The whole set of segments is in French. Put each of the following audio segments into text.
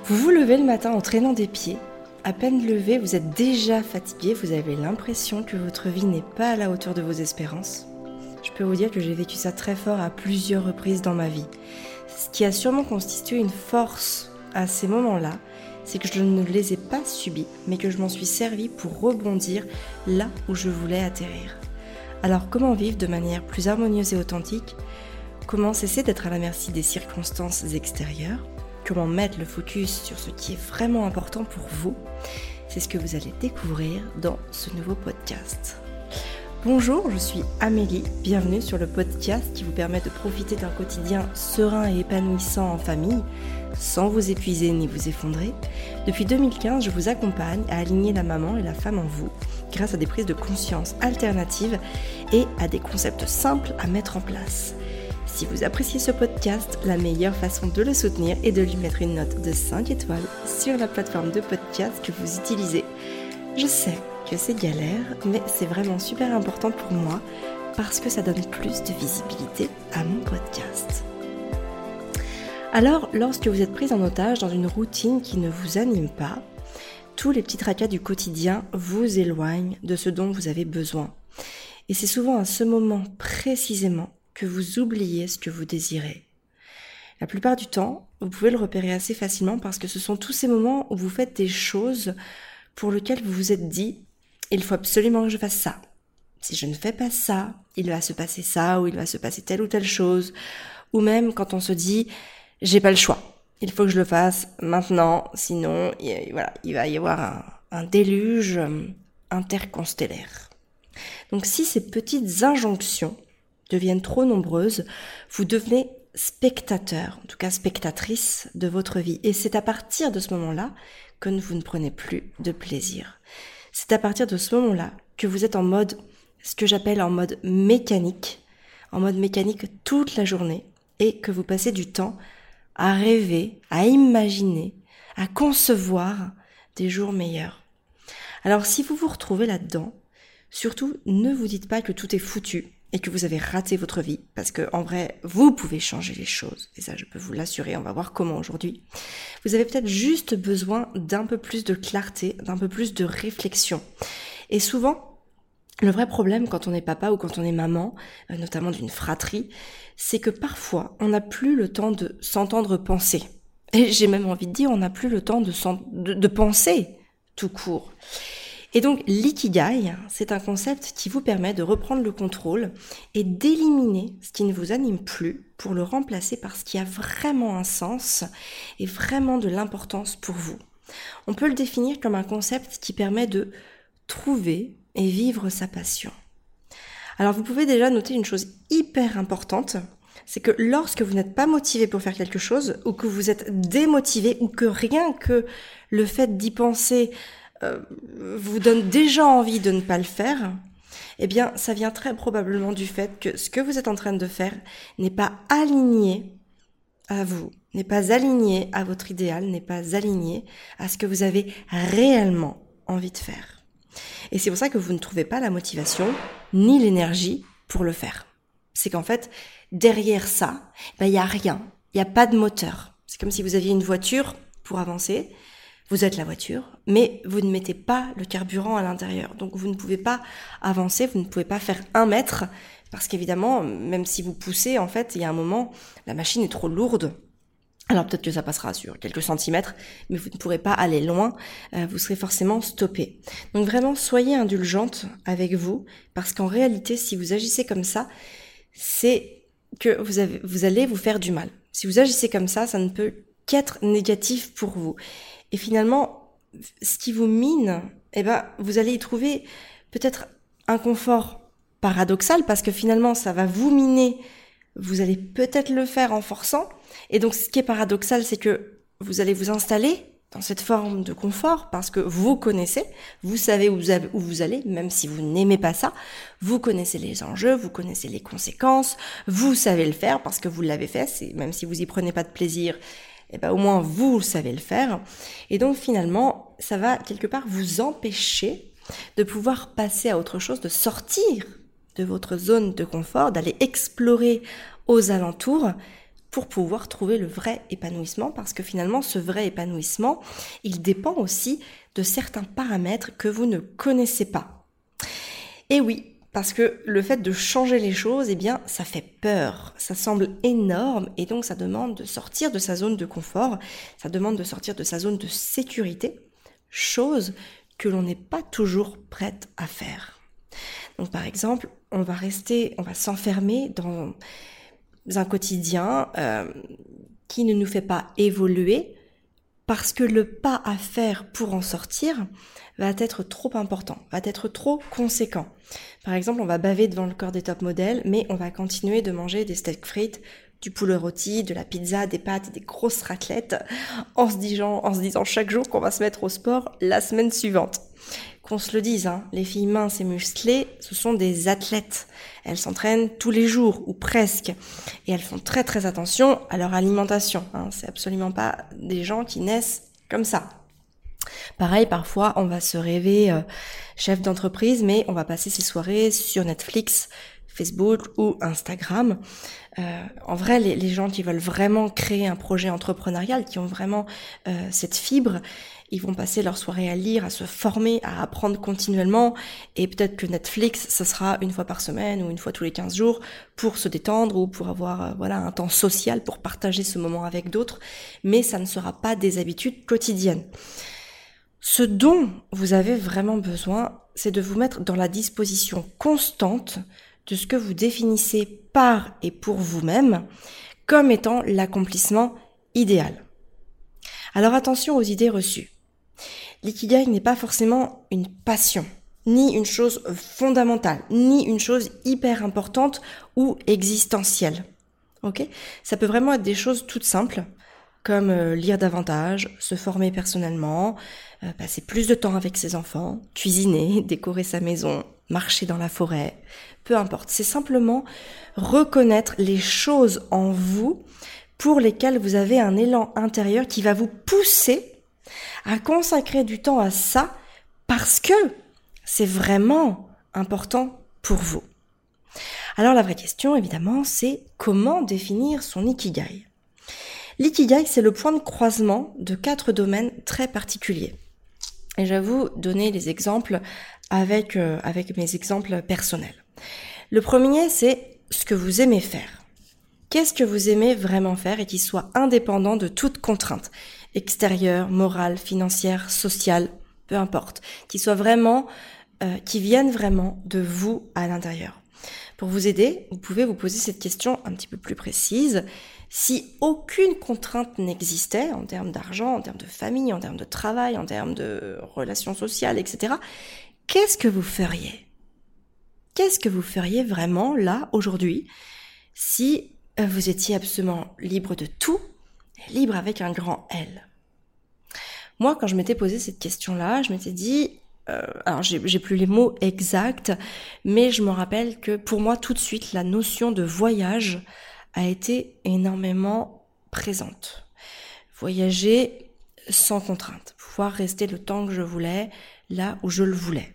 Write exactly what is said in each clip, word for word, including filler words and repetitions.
Vous vous levez le matin en traînant des pieds. À peine levé, vous êtes déjà fatigué, vous avez l'impression que votre vie n'est pas à la hauteur de vos espérances. Je peux vous dire que j'ai vécu ça très fort à plusieurs reprises dans ma vie. Ce qui a sûrement constitué une force à ces moments-là, c'est que je ne les ai pas subis, mais que je m'en suis servi pour rebondir là où je voulais atterrir. Alors comment vivre de manière plus harmonieuse et authentique ? Comment cesser d'être à la merci des circonstances extérieures ? Comment mettre le focus sur ce qui est vraiment important pour vous ? C'est ce que vous allez découvrir dans ce nouveau podcast. Bonjour, je suis Amélie, bienvenue sur le podcast qui vous permet de profiter d'un quotidien serein et épanouissant en famille, sans vous épuiser ni vous effondrer. Depuis deux mille quinze, je vous accompagne à aligner la maman et la femme en vous, grâce à des prises de conscience alternatives et à des concepts simples à mettre en place. Si vous appréciez ce podcast, la meilleure façon de le soutenir est de lui mettre une note de cinq étoiles sur la plateforme de podcast que vous utilisez. Je sais que c'est galère, mais c'est vraiment super important pour moi parce que ça donne plus de visibilité à mon podcast. Alors, lorsque vous êtes prise en otage dans une routine qui ne vous anime pas, tous les petits tracas du quotidien vous éloignent de ce dont vous avez besoin. Et c'est souvent à ce moment précisément que vous oubliez ce que vous désirez. La plupart du temps, vous pouvez le repérer assez facilement parce que ce sont tous ces moments où vous faites des choses pour lesquelles vous vous êtes dit « il faut absolument que je fasse ça ». Si je ne fais pas ça, il va se passer ça ou il va se passer telle ou telle chose. Ou même quand on se dit « j'ai pas le choix, il faut que je le fasse maintenant, sinon il, voilà, il va y avoir un, un déluge interconstellaire ». Donc si ces petites injonctions deviennent trop nombreuses, vous devenez spectateur, en tout cas spectatrice de votre vie. Et c'est à partir de ce moment-là que vous ne prenez plus de plaisir. C'est à partir de ce moment-là que vous êtes en mode, ce que j'appelle en mode mécanique, en mode mécanique toute la journée, et que vous passez du temps à rêver, à imaginer, à concevoir des jours meilleurs. Alors si vous vous retrouvez là-dedans, surtout ne vous dites pas que tout est foutu, et que vous avez raté votre vie, parce que en vrai, vous pouvez changer les choses, et ça je peux vous l'assurer, on va voir comment aujourd'hui. Vous avez peut-être juste besoin d'un peu plus de clarté, d'un peu plus de réflexion. Et souvent, le vrai problème quand on est papa ou quand on est maman, notamment d'une fratrie, c'est que parfois, on n'a plus le temps de s'entendre penser. Et j'ai même envie de dire, on n'a plus le temps de, de, de penser tout court. Et donc, l'ikigai, c'est un concept qui vous permet de reprendre le contrôle et d'éliminer ce qui ne vous anime plus pour le remplacer par ce qui a vraiment un sens et vraiment de l'importance pour vous. On peut le définir comme un concept qui permet de trouver et vivre sa passion. Alors, vous pouvez déjà noter une chose hyper importante, c'est que lorsque vous n'êtes pas motivé pour faire quelque chose ou que vous êtes démotivé ou que rien que le fait d'y penser Euh, vous donne déjà envie de ne pas le faire, eh bien, ça vient très probablement du fait que ce que vous êtes en train de faire n'est pas aligné à vous, n'est pas aligné à votre idéal, n'est pas aligné à ce que vous avez réellement envie de faire. Et c'est pour ça que vous ne trouvez pas la motivation ni l'énergie pour le faire. C'est qu'en fait, derrière ça, ben, il n'y a rien, il n'y a pas de moteur. C'est comme si vous aviez une voiture pour avancer. Vous êtes la voiture, mais vous ne mettez pas le carburant à l'intérieur. Donc vous ne pouvez pas avancer, vous ne pouvez pas faire un mètre, parce qu'évidemment, même si vous poussez, en fait, il y a un moment, la machine est trop lourde. Alors peut-être que ça passera sur quelques centimètres, mais vous ne pourrez pas aller loin, euh, vous serez forcément stoppé. Donc vraiment, soyez indulgente avec vous, parce qu'en réalité, si vous agissez comme ça, c'est que vous, avez, vous allez vous faire du mal. Si vous agissez comme ça, ça ne peut qu'être négatif pour vous. Et finalement, ce qui vous mine, eh ben, vous allez y trouver peut-être un confort paradoxal parce que finalement, ça va vous miner. Vous allez peut-être le faire en forçant. Et donc, ce qui est paradoxal, c'est que vous allez vous installer dans cette forme de confort parce que vous connaissez, vous savez où vous, avez, où vous allez, même si vous n'aimez pas ça. Vous connaissez les enjeux, vous connaissez les conséquences. Vous savez le faire parce que vous l'avez fait. C'est, même si vous y prenez pas de plaisir, eh ben, au moins vous savez le faire. Et donc finalement, ça va quelque part vous empêcher de pouvoir passer à autre chose, de sortir de votre zone de confort, d'aller explorer aux alentours pour pouvoir trouver le vrai épanouissement, parce que finalement, ce vrai épanouissement, il dépend aussi de certains paramètres que vous ne connaissez pas. Et oui, parce que le fait de changer les choses, eh bien, ça fait peur, ça semble énorme et donc ça demande de sortir de sa zone de confort, ça demande de sortir de sa zone de sécurité, chose que l'on n'est pas toujours prête à faire. Donc par exemple, on va rester, on va s'enfermer dans un quotidien euh, qui ne nous fait pas évoluer parce que le pas à faire pour en sortir va être trop important, va être trop conséquent. Par exemple, on va baver devant le corps des top modèles, mais on va continuer de manger des steaks frites, du poulet rôti, de la pizza, des pâtes, des grosses raclettes, en se disant, en se disant chaque jour qu'on va se mettre au sport la semaine suivante. Qu'on se le dise, hein, les filles minces et musclées, ce sont des athlètes. Elles s'entraînent tous les jours, ou presque. Et elles font très très attention à leur alimentation. Hein. C'est absolument pas des gens qui naissent comme ça. Pareil, parfois, on va se rêver euh, chef d'entreprise, mais on va passer ses soirées sur Netflix, Facebook ou Instagram. Euh, en vrai, les, les gens qui veulent vraiment créer un projet entrepreneurial, qui ont vraiment euh, cette fibre, ils vont passer leur soirée à lire, à se former, à apprendre continuellement, et peut-être que Netflix, ça sera une fois par semaine ou une fois tous les quinze jours pour se détendre ou pour avoir euh, voilà un temps social pour partager ce moment avec d'autres, mais ça ne sera pas des habitudes quotidiennes. Ce dont vous avez vraiment besoin, c'est de vous mettre dans la disposition constante de ce que vous définissez par et pour vous-même comme étant l'accomplissement idéal. Alors attention aux idées reçues. L'ikigai n'est pas forcément une passion, ni une chose fondamentale, ni une chose hyper importante ou existentielle. Ok ? Ça peut vraiment être des choses toutes simples, comme euh, lire davantage, se former personnellement, euh, passer plus de temps avec ses enfants, cuisiner, décorer sa maison, marcher dans la forêt, peu importe. C'est simplement reconnaître les choses en vous pour lesquelles vous avez un élan intérieur qui va vous pousser à consacrer du temps à ça parce que c'est vraiment important pour vous. Alors la vraie question, évidemment, c'est comment définir son ikigai ? L'ikigai, c'est le point de croisement de quatre domaines très particuliers. Et je vais vous donner les exemples avec, euh, avec mes exemples personnels. Le premier, c'est ce que vous aimez faire. Qu'est-ce que vous aimez vraiment faire et qui soit indépendant de toute contrainte extérieure, morale, financière, sociale, peu importe, qui soit vraiment, euh, qui vienne vraiment de vous à l'intérieur. Pour vous aider, vous pouvez vous poser cette question un petit peu plus précise. Si aucune contrainte n'existait en termes d'argent, en termes de famille, en termes de travail, en termes de relations sociales, et cetera, qu'est-ce que vous feriez ? Qu'est-ce que vous feriez vraiment là, aujourd'hui, si vous étiez absolument libre de tout, libre avec un grand L ? Moi, quand je m'étais posé cette question-là, je m'étais dit, euh, alors j'ai, j'ai plus les mots exacts, mais je me rappelle que pour moi, tout de suite, la notion de voyage a été énormément présente. Voyager sans contrainte, pouvoir rester le temps que je voulais, là où je le voulais.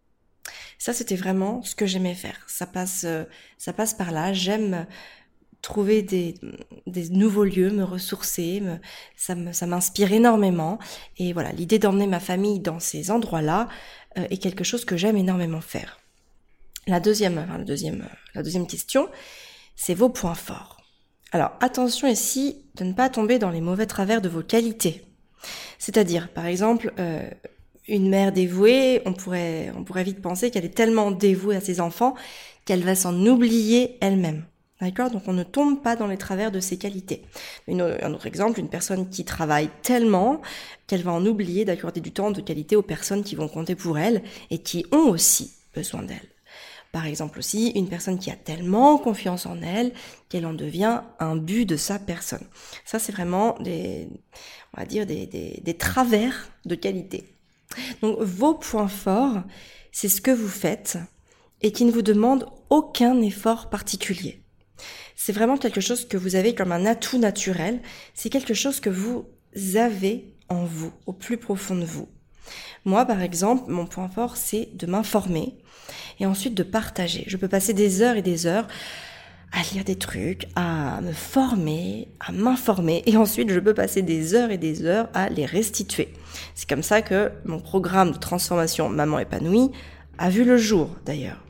Ça, c'était vraiment ce que j'aimais faire. Ça passe, ça passe par là. J'aime trouver des, des nouveaux lieux, me ressourcer, me, ça, me, ça m'inspire énormément. Et voilà, l'idée d'emmener ma famille dans ces endroits-là euh, est quelque chose que j'aime énormément faire. La deuxième, enfin, la deuxième, la deuxième question, c'est vos points forts. Alors, attention ici de ne pas tomber dans les mauvais travers de vos qualités. C'est-à-dire, par exemple, euh, une mère dévouée, on pourrait, on pourrait vite penser qu'elle est tellement dévouée à ses enfants qu'elle va s'en oublier elle-même. D'accord ? Donc on ne tombe pas dans les travers de ses qualités. Une, un autre exemple, une personne qui travaille tellement qu'elle va en oublier d'accorder du temps de qualité aux personnes qui vont compter pour elle et qui ont aussi besoin d'elle. Par exemple aussi, une personne qui a tellement confiance en elle qu'elle en devient un but de sa personne. Ça, c'est vraiment des, on va dire des, des, des travers de qualité. Donc vos points forts, c'est ce que vous faites et qui ne vous demande aucun effort particulier. C'est vraiment quelque chose que vous avez comme un atout naturel. C'est quelque chose que vous avez en vous, au plus profond de vous. Moi, par exemple, mon point fort, c'est de m'informer et ensuite de partager. Je peux passer des heures et des heures à lire des trucs, à me former, à m'informer, et ensuite je peux passer des heures et des heures à les restituer. C'est comme ça que mon programme de transformation Maman épanouie a vu le jour d'ailleurs.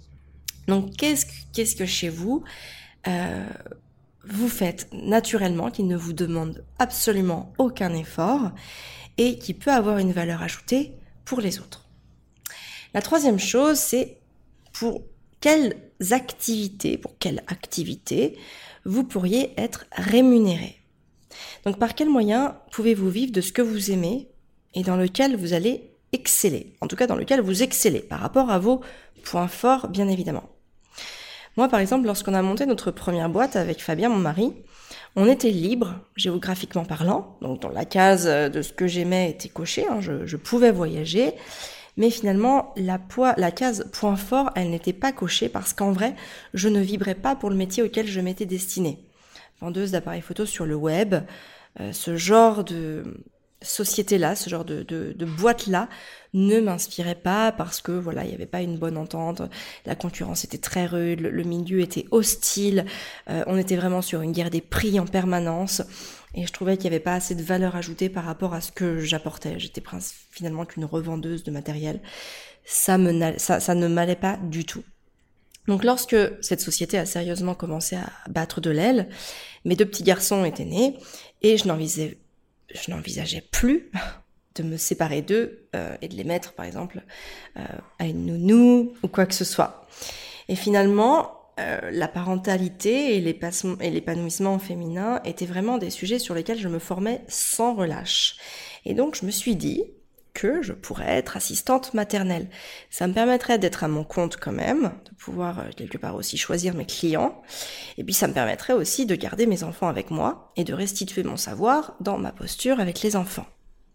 Donc qu'est-ce que, qu'est-ce que chez vous euh, vous faites naturellement, qui ne vous demande absolument aucun effort et qui peut avoir une valeur ajoutée pour les autres. La troisième chose, c'est pour quelles activités, pour quelle activité vous pourriez être rémunéré. Donc par quels moyens pouvez-vous vivre de ce que vous aimez et dans lequel vous allez exceller, en tout cas dans lequel vous excellez par rapport à vos points forts bien évidemment. Moi par exemple, lorsqu'on a monté notre première boîte avec Fabien, mon mari, on était libre géographiquement parlant, donc dans la case de ce que j'aimais était cochée, hein, je, je pouvais voyager. Mais finalement, la, poi- la case point fort, elle n'était pas cochée parce qu'en vrai, je ne vibrais pas pour le métier auquel je m'étais destinée. Vendeuse d'appareils photo sur le web, euh, ce genre de société-là, ce genre de, de, de boîte-là ne m'inspirait pas parce que voilà, il n'y avait pas une bonne entente, la concurrence était très rude, le, le milieu était hostile, euh, on était vraiment sur une guerre des prix en permanence. Et je trouvais qu'il n'y avait pas assez de valeur ajoutée par rapport à ce que j'apportais. J'étais finalement qu'une revendeuse de matériel. Ça, me, ça, ça ne m'allait pas du tout. Donc lorsque cette société a sérieusement commencé à battre de l'aile, mes deux petits garçons étaient nés et je n'envisageais, je n'envisageais plus de me séparer d'eux euh, et de les mettre par exemple euh, à une nounou ou quoi que ce soit. Et finalement, Euh, la parentalité et, et l'épanouissement féminin étaient vraiment des sujets sur lesquels je me formais sans relâche. Et donc je me suis dit que je pourrais être assistante maternelle. Ça me permettrait d'être à mon compte quand même, de pouvoir euh, quelque part aussi choisir mes clients. Et puis ça me permettrait aussi de garder mes enfants avec moi et de restituer mon savoir dans ma posture avec les enfants.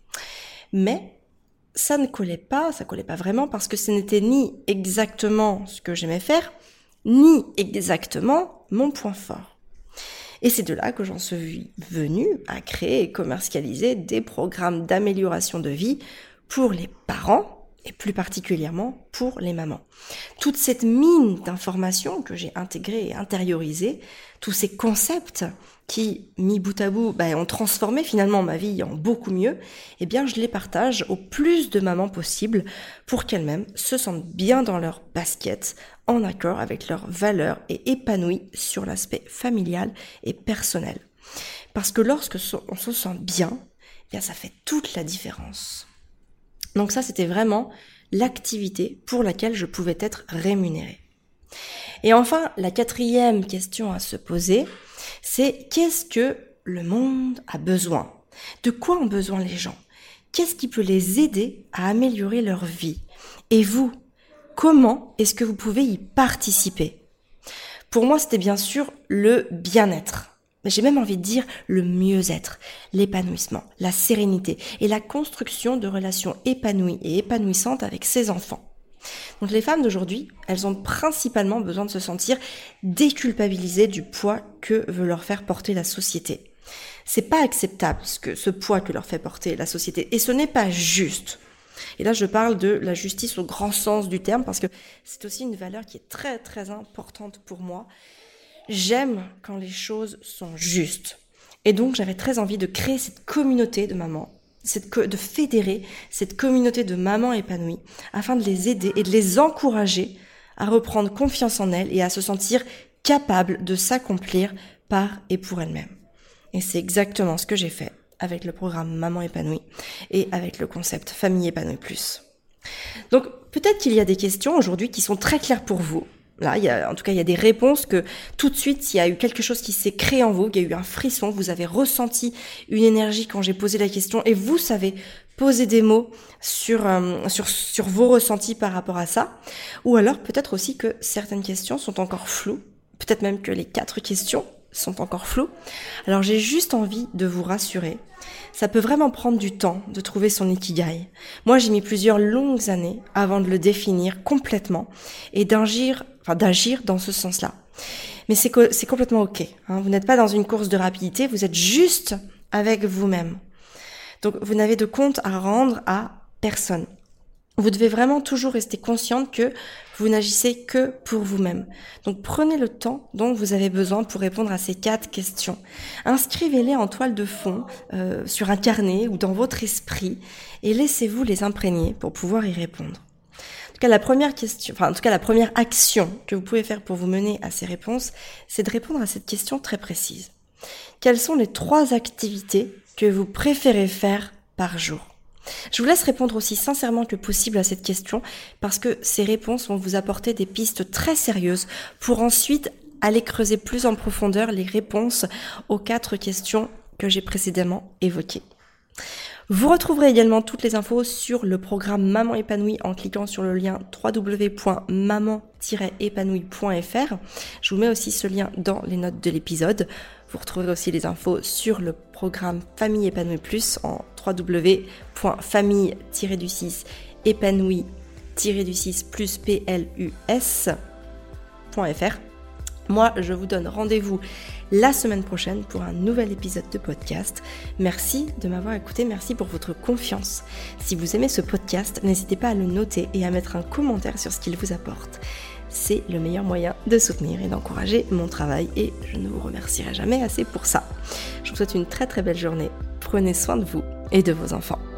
Mais ça ne collait pas, ça collait pas vraiment parce que ce n'était ni exactement ce que j'aimais faire, ni exactement mon point fort. Et c'est de là que j'en suis venue à créer et commercialiser des programmes d'amélioration de vie pour les parents et plus particulièrement pour les mamans. Toute cette mine d'informations que j'ai intégrée et intériorisée, tous ces concepts qui, mis bout à bout, bah, ont transformé finalement ma vie en beaucoup mieux, eh bien je les partage au plus de mamans possible pour qu'elles-mêmes se sentent bien dans leur basket, en accord avec leurs valeurs et épanouies sur l'aspect familial et personnel. Parce que lorsque on se sent bien, eh bien ça fait toute la différence. Donc ça, c'était vraiment l'activité pour laquelle je pouvais être rémunérée. Et enfin, la quatrième question à se poser, c'est qu'est-ce que le monde a besoin ? De quoi ont besoin les gens ? Qu'est-ce qui peut les aider à améliorer leur vie ? Et vous, comment est-ce que vous pouvez y participer ? Pour moi, c'était bien sûr le bien-être. J'ai même envie de dire le mieux-être, l'épanouissement, la sérénité et la construction de relations épanouies et épanouissantes avec ses enfants. Donc les femmes d'aujourd'hui, elles ont principalement besoin de se sentir déculpabilisées du poids que veut leur faire porter la société. C'est pas acceptable ce, que, ce poids que leur fait porter la société et ce n'est pas juste. Et là, je parle de la justice au grand sens du terme parce que c'est aussi une valeur qui est très très importante pour moi. J'aime quand les choses sont justes. Et donc, j'avais très envie de créer cette communauté de mamans, cette co- de fédérer cette communauté de mamans épanouies afin de les aider et de les encourager à reprendre confiance en elles et à se sentir capables de s'accomplir par et pour elles-mêmes. Et c'est exactement ce que j'ai fait avec le programme Maman épanouie et avec le concept Famille épanouie plus. Donc, peut-être qu'il y a des questions aujourd'hui qui sont très claires pour vous. Là, il y a, en tout cas, il y a des réponses que tout de suite, il y a eu quelque chose qui s'est créé en vous, il y a eu un frisson, vous avez ressenti une énergie quand j'ai posé la question et vous savez poser des mots sur, euh, sur, sur vos ressentis par rapport à ça. Ou alors, peut-être aussi que certaines questions sont encore floues, peut-être même que les quatre questions sont encore floues. Alors, j'ai juste envie de vous rassurer. Ça peut vraiment prendre du temps de trouver son ikigai. Moi, j'ai mis plusieurs longues années avant de le définir complètement et d'agir, enfin, d'agir dans ce sens-là. Mais c'est, co- c'est complètement ok. Hein. Vous n'êtes pas dans une course de rapidité, vous êtes juste avec vous-même. Donc, vous n'avez de compte à rendre à personne. Vous devez vraiment toujours rester consciente que vous n'agissez que pour vous-même. Donc prenez le temps dont vous avez besoin pour répondre à ces quatre questions. Inscrivez-les en toile de fond, euh, sur un carnet ou dans votre esprit et laissez-vous les imprégner pour pouvoir y répondre. En tout cas, la première question, enfin en tout cas la première action que vous pouvez faire pour vous mener à ces réponses, c'est de répondre à cette question très précise. Quelles sont les trois activités que vous préférez faire par jour ? Je vous laisse répondre aussi sincèrement que possible à cette question parce que ces réponses vont vous apporter des pistes très sérieuses pour ensuite aller creuser plus en profondeur les réponses aux quatre questions que j'ai précédemment évoquées. Vous retrouverez également toutes les infos sur le programme Maman épanouie en cliquant sur le lien w w w point maman tiret épanouie point f r. Je vous mets aussi ce lien dans les notes de l'épisode. Vous retrouverez aussi les infos sur le programme Famille épanouie plus en w w w point famille tiret du six épanouie tiret du six plus p l u s point f r. Moi, je vous donne rendez-vous la semaine prochaine pour un nouvel épisode de podcast. Merci de m'avoir écouté, merci pour votre confiance. Si vous aimez ce podcast, n'hésitez pas à le noter et à mettre un commentaire sur ce qu'il vous apporte. C'est le meilleur moyen de soutenir et d'encourager mon travail et je ne vous remercierai jamais assez pour ça. Je vous souhaite une très très belle journée. Prenez soin de vous et de vos enfants.